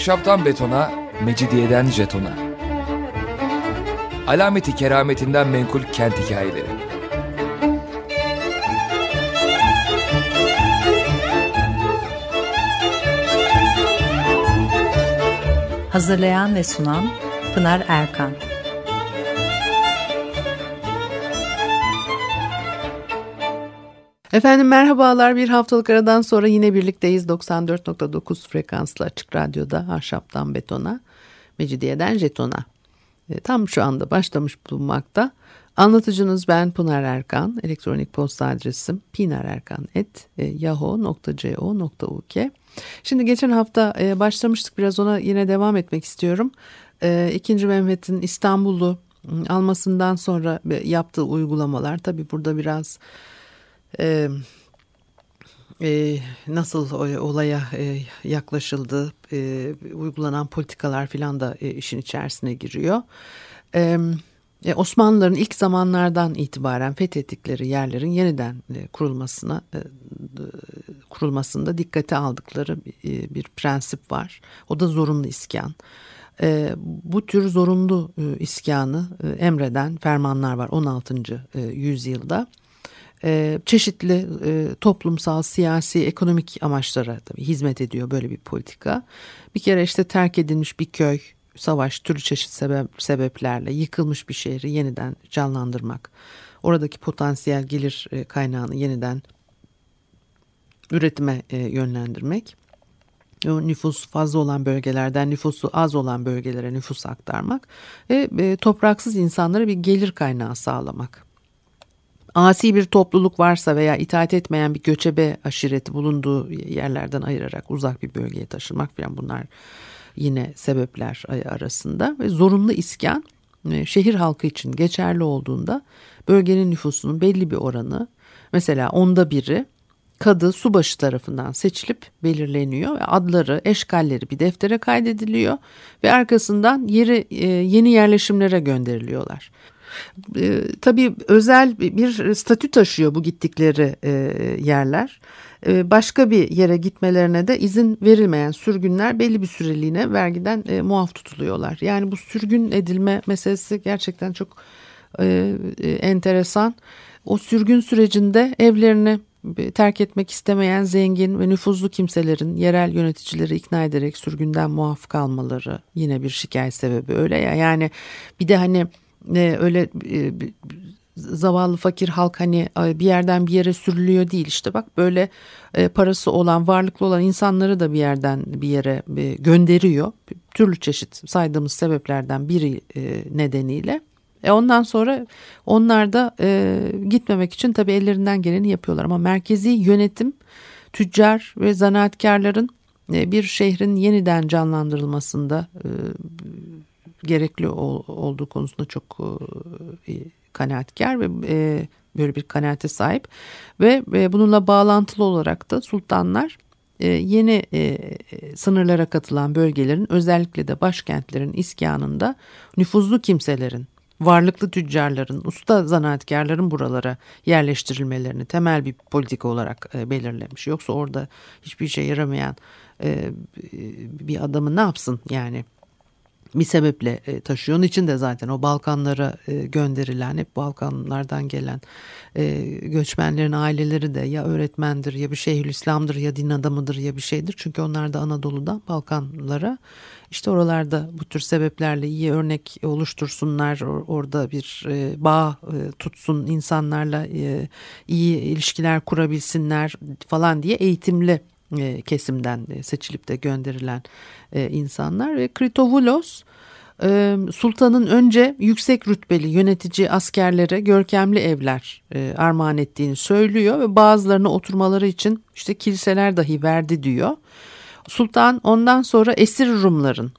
Ahşaptan betona, mecidiyeden jetona. Alameti kerametinden menkul kent hikayeleri. Hazırlayan ve sunan Pınar Erkan. Efendim merhabalar, bir haftalık aradan sonra yine birlikteyiz. 94.9 frekanslı Açık Radyo'da Ahşaptan Betona, Mecidiyeden Jeton'a. Tam şu anda başlamış bulunmakta. Anlatıcınız ben Pınar Erkan. Elektronik posta adresim pinarerkan@yahoo.co.uk. Şimdi geçen hafta başlamıştık, biraz ona yine devam etmek istiyorum. 2. Mehmet'in İstanbul'u almasından sonra yaptığı uygulamalar, tabii burada biraz nasıl olaya yaklaşıldı, uygulanan politikalar filan da işin içerisine giriyor. Osmanlıların ilk zamanlardan itibaren fethettikleri yerlerin yeniden kurulmasında dikkate aldıkları bir prensip var. O da zorunlu iskan. Bu tür zorunlu iskanı emreden fermanlar var 16. yüzyılda. Çeşitli toplumsal, siyasi, ekonomik amaçlara tabii hizmet ediyor böyle bir politika. Bir kere işte terk edilmiş bir köy, savaş, türlü çeşit sebeplerle yıkılmış bir şehri yeniden canlandırmak, oradaki potansiyel gelir kaynağını yeniden üretime yönlendirmek, nüfus fazla olan bölgelerden nüfusu az olan bölgelere nüfus aktarmak ve topraksız insanlara bir gelir kaynağı sağlamak. Asi bir topluluk varsa veya itaat etmeyen bir göçebe aşireti bulunduğu yerlerden ayırarak uzak bir bölgeye taşınmak falan, bunlar yine sebepler arasında. Ve zorunlu iskan şehir halkı için geçerli olduğunda bölgenin nüfusunun belli bir oranı, mesela 1/10 kadı subaşı tarafından seçilip belirleniyor ve adları, eşkalleri bir deftere kaydediliyor ve arkasından yeni yerleşimlere gönderiliyorlar. Tabii özel bir statü taşıyor bu gittikleri yerler. Başka bir yere gitmelerine de izin verilmeyen sürgünler belli bir süreliğine vergiden muaf tutuluyorlar. Yani bu sürgün edilme meselesi gerçekten çok enteresan. O sürgün sürecinde evlerini terk etmek istemeyen zengin ve nüfuzlu kimselerin yerel yöneticileri ikna ederek sürgünden muaf kalmaları yine bir şikayet sebebi, öyle ya. Yani bir de hani öyle zavallı fakir halk hani bir yerden bir yere sürülüyor değil, işte bak böyle parası olan, varlıklı olan insanları da bir yerden bir yere gönderiyor. Türlü çeşit saydığımız sebeplerden biri nedeniyle. Ondan sonra onlar da gitmemek için tabii ellerinden geleni yapıyorlar. Ama merkezi yönetim tüccar ve zanaatkarların bir şehrin yeniden canlandırılmasında gerekli olduğu konusunda çok kanaatkar ve böyle bir kanaate sahip. Ve bununla bağlantılı olarak da sultanlar yeni sınırlara katılan bölgelerin, özellikle de başkentlerin iskanında nüfuzlu kimselerin, varlıklı tüccarların, usta zanaatkarların buralara yerleştirilmelerini temel bir politika olarak belirlemiş. Yoksa orada hiçbir işe yaramayan bir adamı ne yapsın yani? Bir sebeple taşıyor. Onun için de zaten o Balkanlara gönderilen, hep Balkanlardan gelen göçmenlerin aileleri de ya öğretmendir, ya bir Şeyhülislam'dır, ya din adamıdır, ya bir şeydir. Çünkü onlar da Anadolu'dan Balkanlara, işte oralarda bu tür sebeplerle iyi örnek oluştursunlar, orada bir bağ tutsun insanlarla, iyi ilişkiler kurabilsinler falan diye eğitimli kesimden seçilip de gönderilen insanlar. Ve Kritovulos sultanın önce yüksek rütbeli yönetici askerlere görkemli evler armağan ettiğini söylüyor ve bazılarına oturmaları için işte kiliseler dahi verdi diyor. Sultan ondan sonra esir Rumların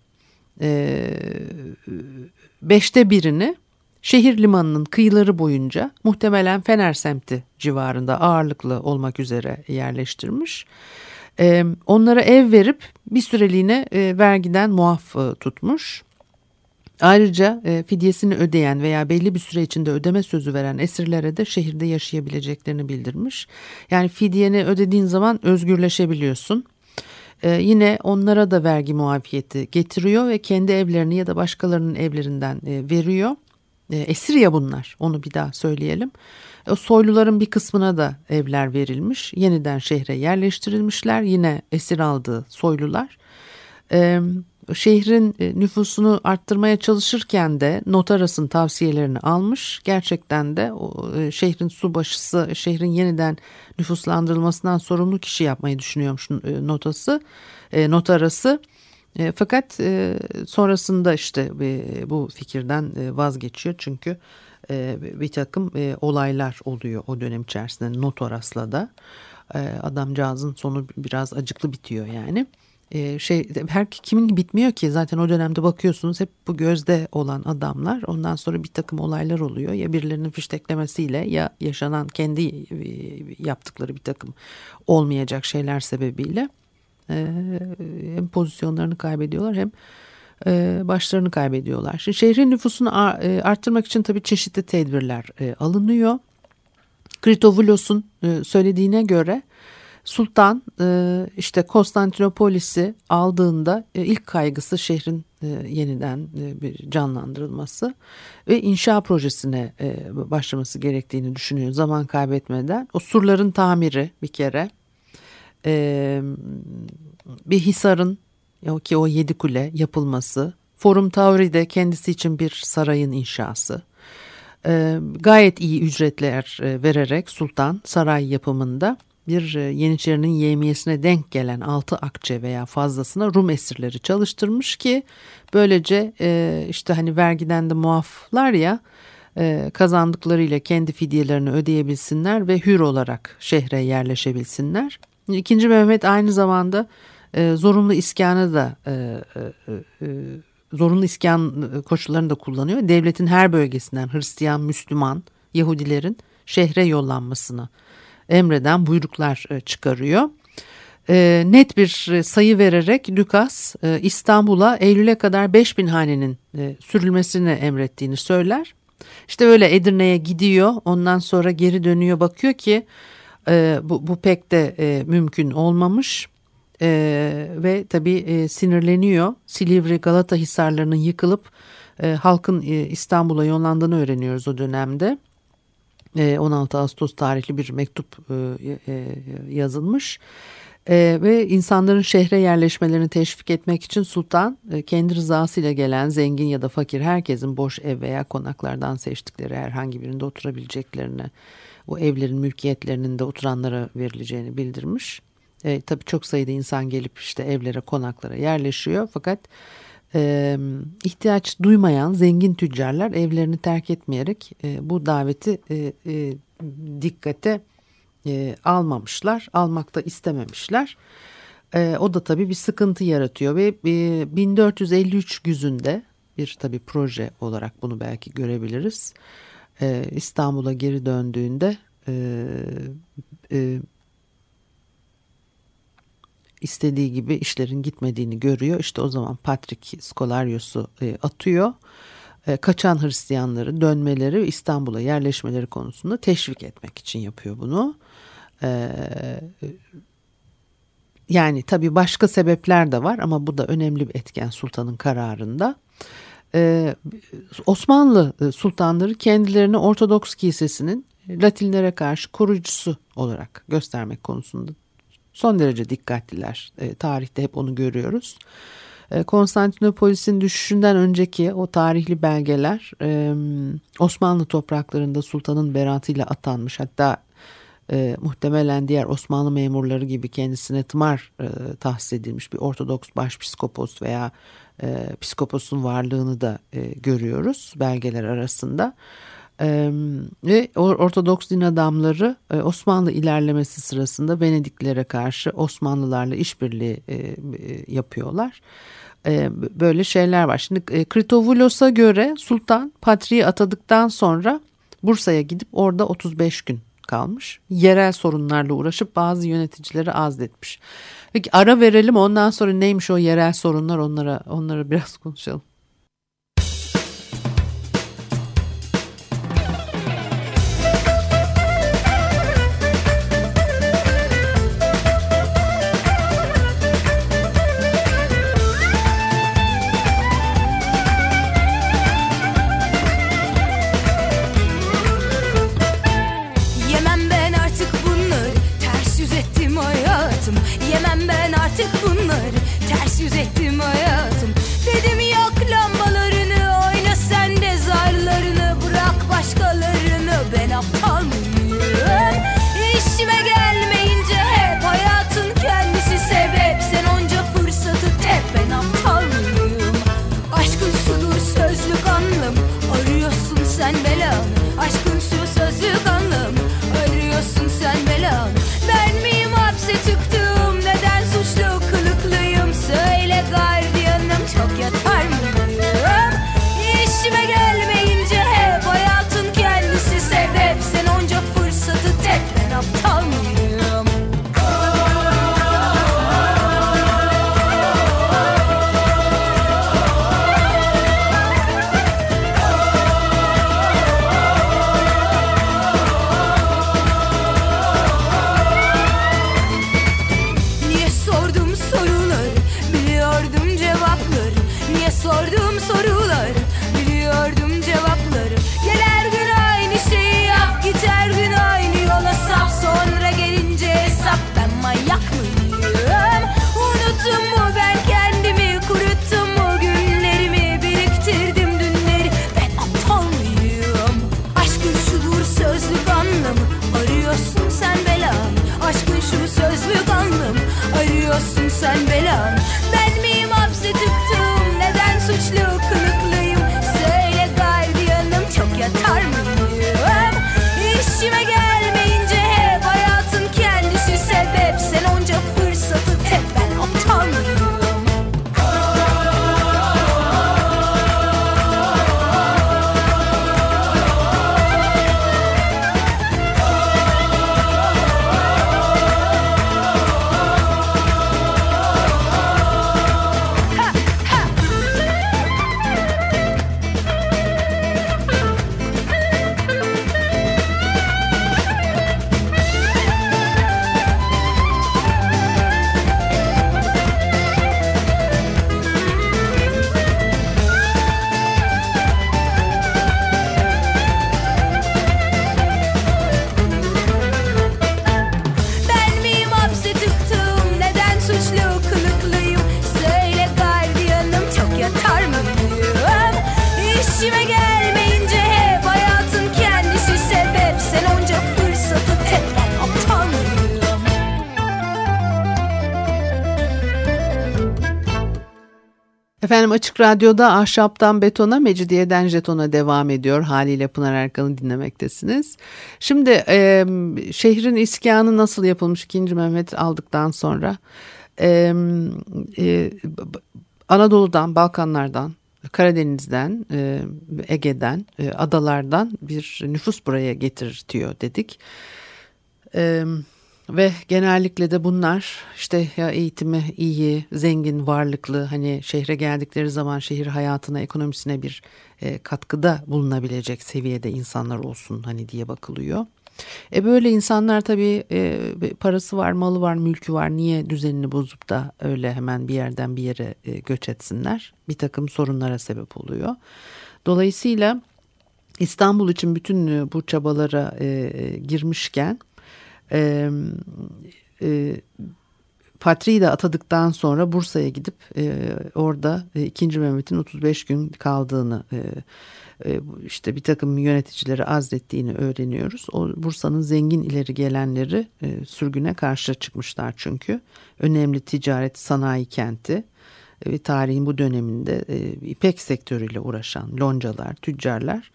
1/5'ini şehir limanının kıyıları boyunca, muhtemelen Fener semti civarında ağırlıklı olmak üzere yerleştirmiş. Onlara ev verip bir süreliğine vergiden muaf tutmuş. Ayrıca fidyesini ödeyen veya belli bir süre içinde ödeme sözü veren esirlere de şehirde yaşayabileceklerini bildirmiş. Yani fidyeni ödediğin zaman özgürleşebiliyorsun. Yine onlara da vergi muafiyeti getiriyor ve kendi evlerini ya da başkalarının evlerinden veriyor. Esir ya bunlar, onu bir daha söyleyelim. O soyluların bir kısmına da evler verilmiş. Yeniden şehre yerleştirilmişler. Yine esir aldığı soylular. Şehrin nüfusunu arttırmaya çalışırken de Notaras'ın tavsiyelerini almış. Gerçekten de şehrin subaşısı, şehrin yeniden nüfuslandırılmasından sorumlu kişi yapmayı düşünüyormuş Notaras'ı. Fakat sonrasında işte bu fikirden vazgeçiyor çünkü bir takım olaylar oluyor o dönem içerisinde Notaras'la da. Adamcağızın sonu biraz acıklı bitiyor yani. Kimin bitmiyor ki zaten o dönemde bakıyorsunuz hep bu gözde olan adamlar, ondan sonra bir takım olaylar oluyor ya birilerinin fişteklemesiyle ya yaşanan kendi yaptıkları bir takım olmayacak şeyler sebebiyle hem pozisyonlarını kaybediyorlar hem başlarını kaybediyorlar. Şimdi şehrin nüfusunu arttırmak için tabii çeşitli tedbirler alınıyor. Kritovulos'un söylediğine göre Sultan işte Konstantinopolis'i aldığında ilk kaygısı şehrin yeniden canlandırılması ve inşa projesine başlaması gerektiğini düşünüyor zaman kaybetmeden. O surların tamiri bir kere, bir hisarın ki o 7 kule yapılması, Forum Tauri'de kendisi için bir sarayın inşası. Gayet iyi ücretler vererek Sultan saray yapımında bir Yeniçerinin yevmiyesine denk gelen 6 akçe veya fazlasına Rum esirleri çalıştırmış ki böylece işte hani vergiden de muaflar ya, kazandıklarıyla kendi fidyelerini ödeyebilsinler ve hür olarak şehre yerleşebilsinler. İkinci Mehmet aynı zamanda zorunlu iskanı da zorunlu iskan koşullarını da kullanıyor. Devletin her bölgesinden Hristiyan, Müslüman, Yahudilerin şehre yollanmasını emreden buyruklar çıkarıyor. Net bir sayı vererek Lükas İstanbul'a Eylül'e kadar 5000 hanenin sürülmesini emrettiğini söyler. İşte öyle Edirne'ye gidiyor, ondan sonra geri dönüyor, bakıyor ki bu pek de mümkün olmamış ve tabii sinirleniyor. Silivri, Galata hisarlarının yıkılıp halkın İstanbul'a yollandığını öğreniyoruz o dönemde. 16 Ağustos tarihli bir mektup yazılmış ve insanların şehre yerleşmelerini teşvik etmek için Sultan kendi rızasıyla gelen zengin ya da fakir herkesin boş ev veya konaklardan seçtikleri herhangi birinde oturabileceklerini, o evlerin mülkiyetlerinin de oturanlara verileceğini bildirmiş. Tabii çok sayıda insan gelip işte evlere, konaklara yerleşiyor fakat ihtiyaç duymayan zengin tüccarlar evlerini terk etmeyerek bu daveti dikkate almamışlar, almak da istememişler. O da tabii bir sıkıntı yaratıyor ve 1453 güzünde bir tabii proje olarak bunu belki görebiliriz. İstanbul'a geri döndüğünde istediği gibi işlerin gitmediğini görüyor. İşte o zaman Patrik Skolaryos'u atıyor. Kaçan Hristiyanları dönmeleri ve İstanbul'a yerleşmeleri konusunda teşvik etmek için yapıyor bunu. Yani tabii başka sebepler de var ama bu da önemli bir etken sultanın kararında. Osmanlı sultanları kendilerini Ortodoks Kilisesi'nin Latinlere karşı koruyucusu olarak göstermek konusunda son derece dikkatliler. Tarihte hep onu görüyoruz. Konstantinopolis'in düşüşünden önceki o tarihli belgeler Osmanlı topraklarında sultanın beratıyla atanmış, hatta muhtemelen diğer Osmanlı memurları gibi kendisine tımar tahsis edilmiş bir Ortodoks başpiskopos veya piskoposun varlığını da görüyoruz belgeler arasında. Ve Ortodoks din adamları Osmanlı ilerlemesi sırasında Venediklilere karşı Osmanlılarla işbirliği yapıyorlar. Böyle şeyler var. Şimdi Kritovulos'a göre sultan patriği atadıktan sonra Bursa'ya gidip orada 35 gün kalmış. Yerel sorunlarla uğraşıp bazı yöneticileri azletmiş. Peki ara verelim, ondan sonra neymiş o yerel sorunlar, onlara biraz konuşalım. yüz ettim hayatım. Dedim yak lambalarını, oyna sen de zarlarını, bırak başkalarını, ben aptal mıyım? İşime gelmeyince hep hayatın kendisi sebep, sen onca fırsatı tep, ben aptal mıyım? Aşkın şudur sözlük anlam, arıyorsun sen belanı. Aşkın şu sözlük anlam, arıyorsun sen belanı. Ben miyim hapse tıktığım, neden suçlu kılıklıyım? Söyle gardiyanım, çok yatar mıyım? İşime gelmeyince hep hayatın kendisi sebep, sen onca fırsatı tek, ben aptal mıyım? Sorduğum sorular, biliyordum cevapları. Gel her gün aynı şeyi yap, git her gün aynı yola sap. Sonra gelince hesap, ben manyak mıyım? Unuttum mu ben kendimi, kuruttum mu günlerimi, biriktirdim dünleri, ben aptal mıyım? Aşkın şudur sözlük anlamı, arıyorsun sen belanı. Aşkın şu sözlük anlamı, arıyorsun sen belanı. Ben miyim hapse tıktım, neden suçlu kılıklıyım? Söyle gardiyanım, çok yatar mıyım? İşime gelmeyince hep hayatın kendisi sebep, sen onca fırsatı tep, ben aptal mıyım? Efendim Açık Radyo'da Ahşaptan Betona, Mecidiyeden Jeton'a devam ediyor. Haliyle Pınar Erkan'ı dinlemektesiniz. Şimdi şehrin iskanı nasıl yapılmış 2. Mehmet aldıktan sonra? Anadolu'dan, Balkanlardan, Karadeniz'den, Ege'den, adalardan bir nüfus buraya getirtiyor dedik. Ve genellikle de bunlar işte ya eğitimi iyi, zengin, varlıklı, hani şehre geldikleri zaman şehir hayatına, ekonomisine bir katkıda bulunabilecek seviyede insanlar olsun hani diye bakılıyor. Böyle insanlar tabii parası var, malı var, mülkü var. Niye düzenini bozup da öyle hemen bir yerden bir yere göç etsinler? Bir takım sorunlara sebep oluyor. Dolayısıyla İstanbul için bütün bu çabalara girmişken Patriği de atadıktan sonra Bursa'ya gidip orada 2. Mehmet'in 35 gün kaldığını, işte bir takım yöneticileri azlettiğini öğreniyoruz. O Bursa'nın zengin ileri gelenleri sürgüne karşı çıkmışlar çünkü. Önemli ticaret sanayi kenti ve tarihin bu döneminde ipek sektörüyle uğraşan loncalar, tüccarlar,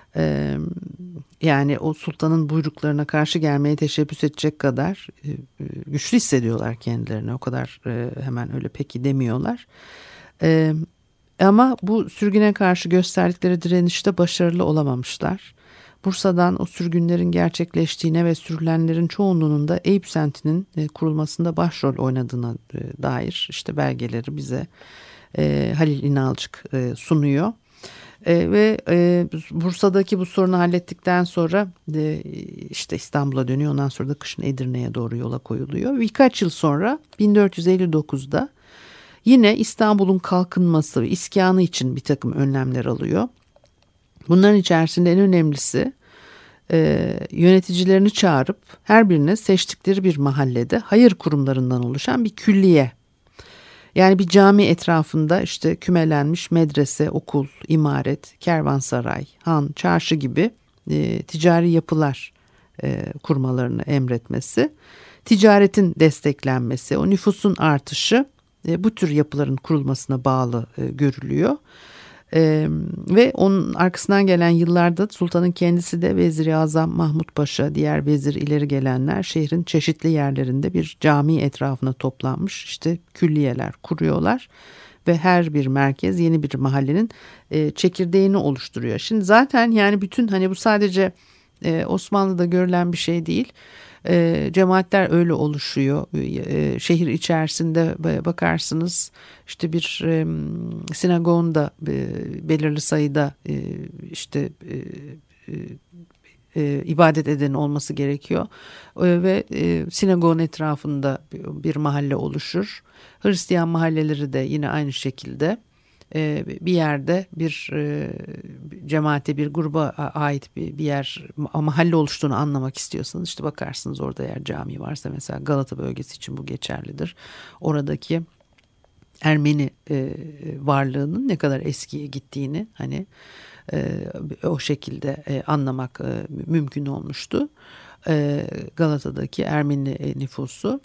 yani o sultanın buyruklarına karşı gelmeye teşebbüs edecek kadar güçlü hissediyorlar kendilerini. O kadar hemen öyle peki demiyorlar. Ama bu sürgüne karşı gösterdikleri direnişte başarılı olamamışlar. Bursa'dan o sürgünlerin gerçekleştiğine ve sürülenlerin çoğunluğunun da Eyüp semtinin kurulmasında başrol oynadığına dair işte belgeleri bize Halil İnalcık sunuyor. Ve Bursa'daki bu sorunu hallettikten sonra işte İstanbul'a dönüyor. Ondan sonra da kışın Edirne'ye doğru yola koyuluyor. Birkaç yıl sonra 1459'da yine İstanbul'un kalkınması ve iskanı için bir takım önlemler alıyor. Bunların içerisinde en önemlisi yöneticilerini çağırıp her birine seçtikleri bir mahallede hayır kurumlarından oluşan bir külliye, Yani bir cami etrafında işte kümelenmiş medrese, okul, imaret, kervansaray, han, çarşı gibi ticari yapılar kurmalarını emretmesi, ticaretin desteklenmesi, o nüfusun artışı bu tür yapıların kurulmasına bağlı görülüyor. Ve onun arkasından gelen yıllarda sultanın kendisi de Vezir-i Azam Mahmut Paşa, diğer vezir ileri gelenler şehrin çeşitli yerlerinde bir cami etrafına toplanmış işte külliyeler kuruyorlar ve her bir merkez yeni bir mahallenin çekirdeğini oluşturuyor. Şimdi zaten yani bütün hani bu sadece Osmanlı'da görülen bir şey değil. Cemaatler öyle oluşuyor. Şehir içerisinde bakarsınız işte bir sinagogun da belirli sayıda işte ibadet eden olması gerekiyor ve sinagogun etrafında bir mahalle oluşur. Hristiyan mahalleleri de yine aynı şekilde. Bir yerde bir cemaate, bir gruba ait bir yer, mahalle oluştuğunu anlamak istiyorsanız işte bakarsınız orada eğer cami varsa, mesela Galata bölgesi için bu geçerlidir. Oradaki Ermeni varlığının ne kadar eskiye gittiğini hani o şekilde anlamak mümkün olmuştu. Galata'daki Ermeni nüfusu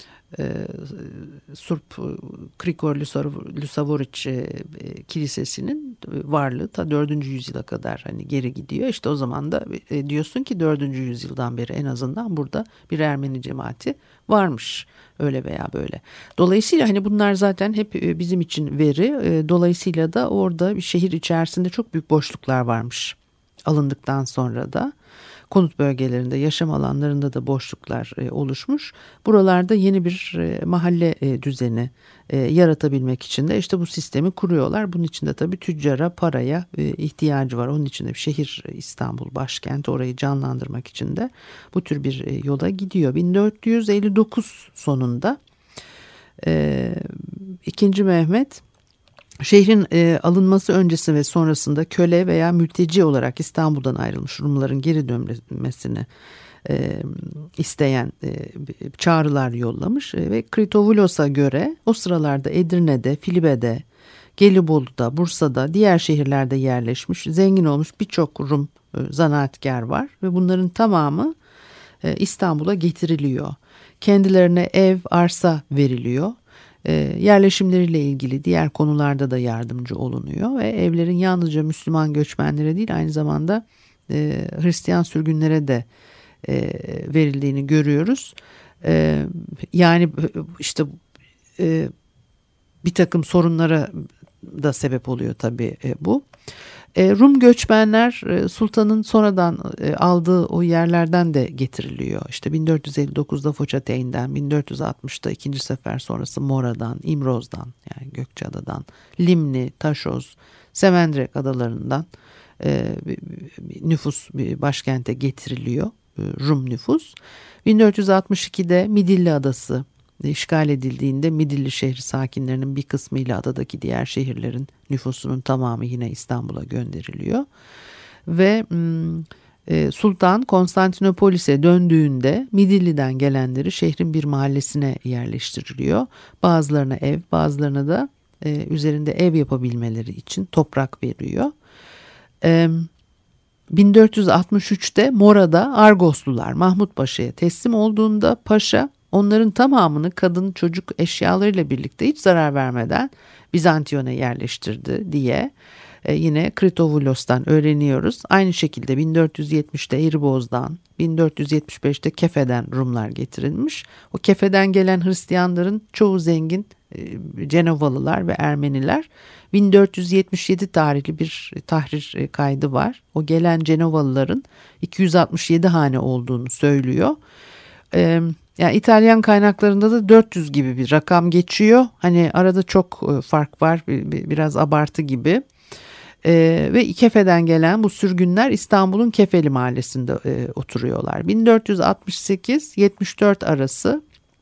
Surp Krikor Lusavoriç Kilisesi'nin varlığı ta 4. yüzyıla kadar hani geri gidiyor. İşte o zaman da diyorsun ki 4. yüzyıldan beri en azından burada bir Ermeni cemaati varmış öyle veya böyle. Dolayısıyla hani bunlar zaten hep bizim için veri. Dolayısıyla da orada bir şehir içerisinde çok büyük boşluklar varmış alındıktan sonra da. Konut bölgelerinde, yaşam alanlarında da boşluklar oluşmuş. Buralarda yeni bir mahalle düzeni yaratabilmek için de işte bu sistemi kuruyorlar. Bunun için de tabii tüccara, paraya ihtiyacı var. Onun için de bir şehir, İstanbul başkenti, orayı canlandırmak için de bu tür bir yola gidiyor. 1459 sonunda 2. Mehmet şehrin alınması öncesi ve sonrasında köle veya mülteci olarak İstanbul'dan ayrılmış Rumların geri dönmesini isteyen çağrılar yollamış ve Kritovulos'a göre o sıralarda Edirne'de, Filibe'de, Gelibolu'da, Bursa'da, diğer şehirlerde yerleşmiş, zengin olmuş birçok Rum zanaatkar var ve bunların tamamı İstanbul'a getiriliyor. Kendilerine ev, arsa veriliyor. Yerleşimleriyle ilgili diğer konularda da yardımcı olunuyor ve evlerin yalnızca Müslüman göçmenlere değil aynı zamanda Hristiyan sürgünlere de verildiğini görüyoruz. Yani işte bir takım sorunlara da sebep oluyor tabii bu. Rum göçmenler sultanın sonradan aldığı o yerlerden de getiriliyor. İşte 1459'da Foçateyn'den, 1460'da ikinci sefer sonrası Mora'dan, İmroz'dan yani Gökçeada'dan, Limni, Taşoz, Semendrek adalarından nüfus başkente getiriliyor. Rum nüfus. 1462'de Midilli Adası işgal edildiğinde Midilli şehri sakinlerinin bir kısmıyla adadaki diğer şehirlerin nüfusunun tamamı yine İstanbul'a gönderiliyor. Ve Sultan Konstantinopolis'e döndüğünde Midilli'den gelenleri şehrin bir mahallesine yerleştiriliyor. Bazılarına ev, bazılarına da üzerinde ev yapabilmeleri için toprak veriyor. 1463'te Mora'da Argoslular Mahmut Paşa'ya teslim olduğunda paşa onların tamamını kadın, çocuk eşyalarıyla birlikte hiç zarar vermeden Bizantiyon'a yerleştirdi diye yine Kritovulos'tan öğreniyoruz. Aynı şekilde 1470'te Eğriboz'dan, 1475'te Kefe'den Rumlar getirilmiş. O Kefe'den gelen Hristiyanların çoğu zengin Cenovalılar ve Ermeniler. 1477 tarihli bir tahrir kaydı var. O gelen Cenovalıların 267 hane olduğunu söylüyor. Yani İtalyan kaynaklarında da 400 gibi bir rakam geçiyor. Hani arada çok fark var, biraz abartı gibi. Ve Kefe'den gelen bu sürgünler İstanbul'un Kefeli mahallesinde oturuyorlar. 1468-74 arası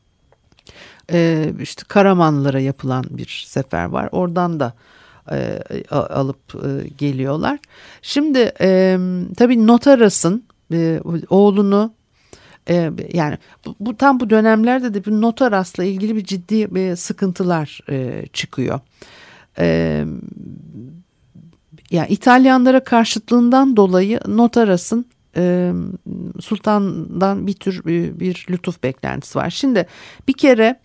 işte Karamanlılara yapılan bir sefer var. Oradan da alıp geliyorlar. Şimdi tabii Notaras'ın oğlunu Yani bu tam bu dönemlerde de bir notarasla ilgili bir ciddi sıkıntılar çıkıyor. Yani İtalyanlara karşıtlığından dolayı Notaras'ın sultandan bir tür bir lütuf beklentisi var. Şimdi bir kere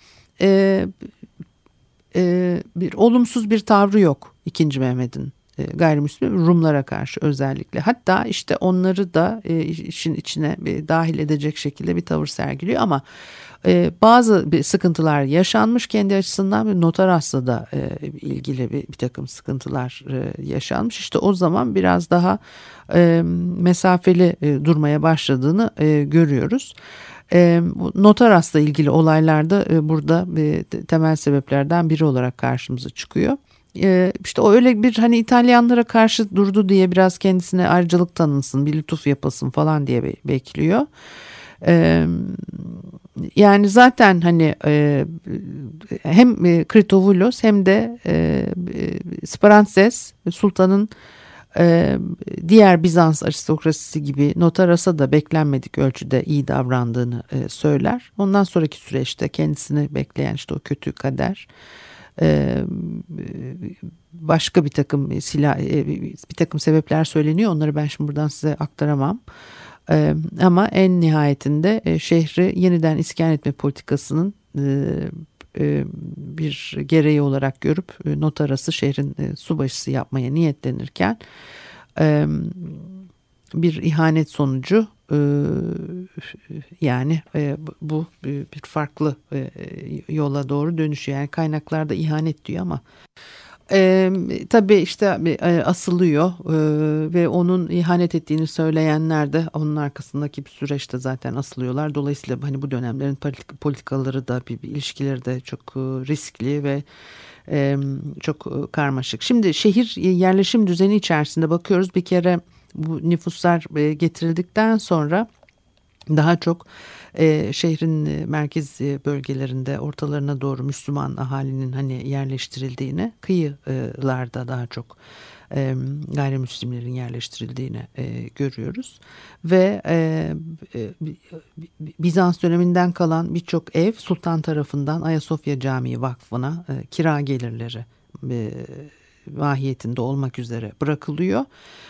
bir olumsuz bir tavrı yok 2. Mehmet'in gayrimüslim Rumlara karşı özellikle. Hatta işte onları da işin içine dahil edecek şekilde bir tavır sergiliyor ama bazı sıkıntılar yaşanmış kendi açısından. Notaras'la da ilgili bir takım sıkıntılar yaşanmış. İşte o zaman biraz daha mesafeli durmaya başladığını görüyoruz. Notaras'la ilgili olaylarda burada temel sebeplerden biri olarak karşımıza çıkıyor. İşte o öyle bir hani İtalyanlara karşı durdu diye biraz kendisine ayrıcalık tanınsın, bir lütuf yapasın falan diye bekliyor. Yani zaten hani hem Kritovulos hem de Sparantzes sultanın diğer Bizans aristokrasisi gibi Notaras'a da beklenmedik ölçüde iyi davrandığını söyler. Ondan sonraki süreçte kendisini bekleyen işte o kötü kader başka bir takım sebepler söyleniyor. Onları ben şimdi buradan size aktaramam. Ama en nihayetinde şehri yeniden iskan etme politikasının bir gereği olarak görüp Notaras'ı şehrin subaşısı yapmaya niyetlenirken bir ihanet sonucu yani bu bir farklı yola doğru dönüşüyor. Yani kaynaklarda ihanet diyor ama tabii işte asılıyor ve onun ihanet ettiğini söyleyenler de onun arkasındaki bir süreçte zaten asılıyorlar. Dolayısıyla hani bu dönemlerin politikaları da bir ilişkileri de çok riskli ve çok karmaşık. Şimdi şehir yerleşim düzeni içerisinde bakıyoruz. Bir kere bu nüfuslar getirildikten sonra daha çok şehrin merkez bölgelerinde ortalarına doğru Müslüman ahalinin hani yerleştirildiğini, kıyılarda daha çok gayrimüslimlerin yerleştirildiğini görüyoruz. Ve Bizans döneminden kalan birçok ev sultan tarafından Ayasofya Camii Vakfı'na kira gelirleri mahiyetinde olmak üzere bırakılıyor.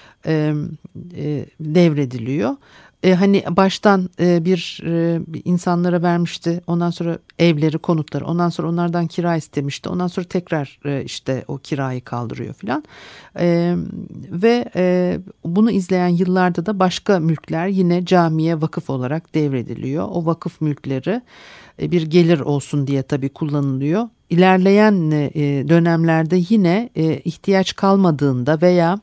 Devrediliyor. Hani baştan bir insanlara vermişti. Ondan sonra evleri, konutları. Ondan sonra onlardan kira istemişti. Ondan sonra tekrar işte o kirayı kaldırıyor filan. Ve bunu izleyen yıllarda da başka mülkler yine camiye vakıf olarak devrediliyor. O vakıf mülkleri bir gelir olsun diye tabii kullanılıyor. İlerleyen dönemlerde yine ihtiyaç kalmadığında veya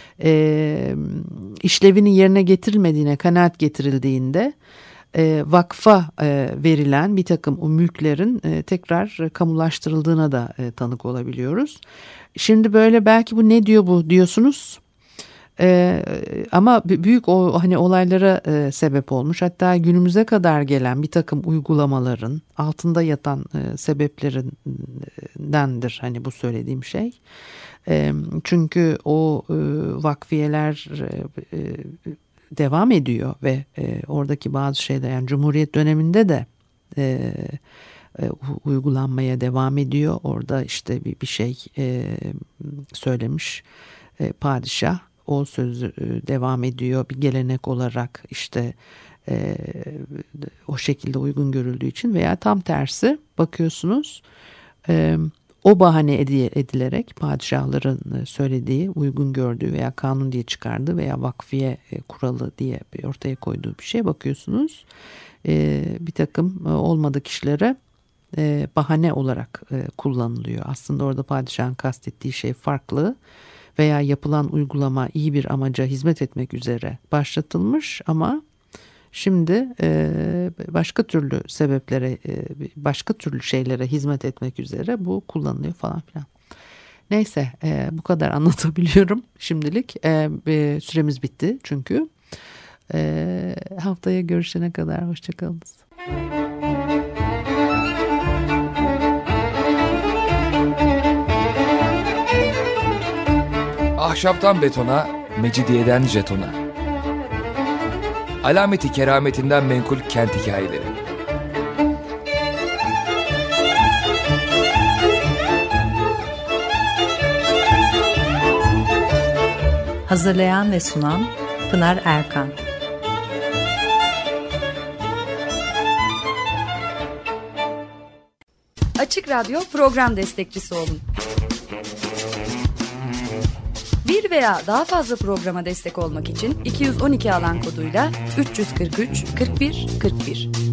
işlevinin yerine getirilmediğine kanaat getirildiğinde vakfa verilen bir takım o mülklerin tekrar kamulaştırıldığına da tanık olabiliyoruz. Şimdi böyle belki bu ne diyor bu diyorsunuz ama büyük hani olaylara sebep olmuş. Hatta günümüze kadar gelen bir takım uygulamaların altında yatan sebeplerindendir hani bu söylediğim şey. Çünkü o vakfiyeler devam ediyor ve oradaki bazı şeyler yani Cumhuriyet döneminde de uygulanmaya devam ediyor. Orada işte bir şey söylemiş padişah, o sözü devam ediyor bir gelenek olarak işte o şekilde uygun görüldüğü için veya tam tersi bakıyorsunuz o bahane edilerek padişahların söylediği, uygun gördüğü veya kanun diye çıkardığı veya vakfiye kuralı diye ortaya koyduğu bir şey bakıyorsunuz. Bir takım olmadık işlere bahane olarak kullanılıyor. Aslında orada padişahın kastettiği şey farklı veya yapılan uygulama iyi bir amaca hizmet etmek üzere başlatılmış ama şimdi başka türlü sebeplere, başka türlü şeylere hizmet etmek üzere bu kullanılıyor falan filan. Neyse bu kadar anlatabiliyorum şimdilik. Süremiz bitti çünkü. Haftaya görüşene kadar hoşçakalınız. Ahşaptan betona, mecidiyeden jetona. Alameti kerametinden menkul kent hikayeleri. Hazırlayan ve sunan Pınar Erkan. Açık Radyo program destekçisi olun. Bir veya daha fazla programa destek olmak için 212 alan koduyla 343 41 41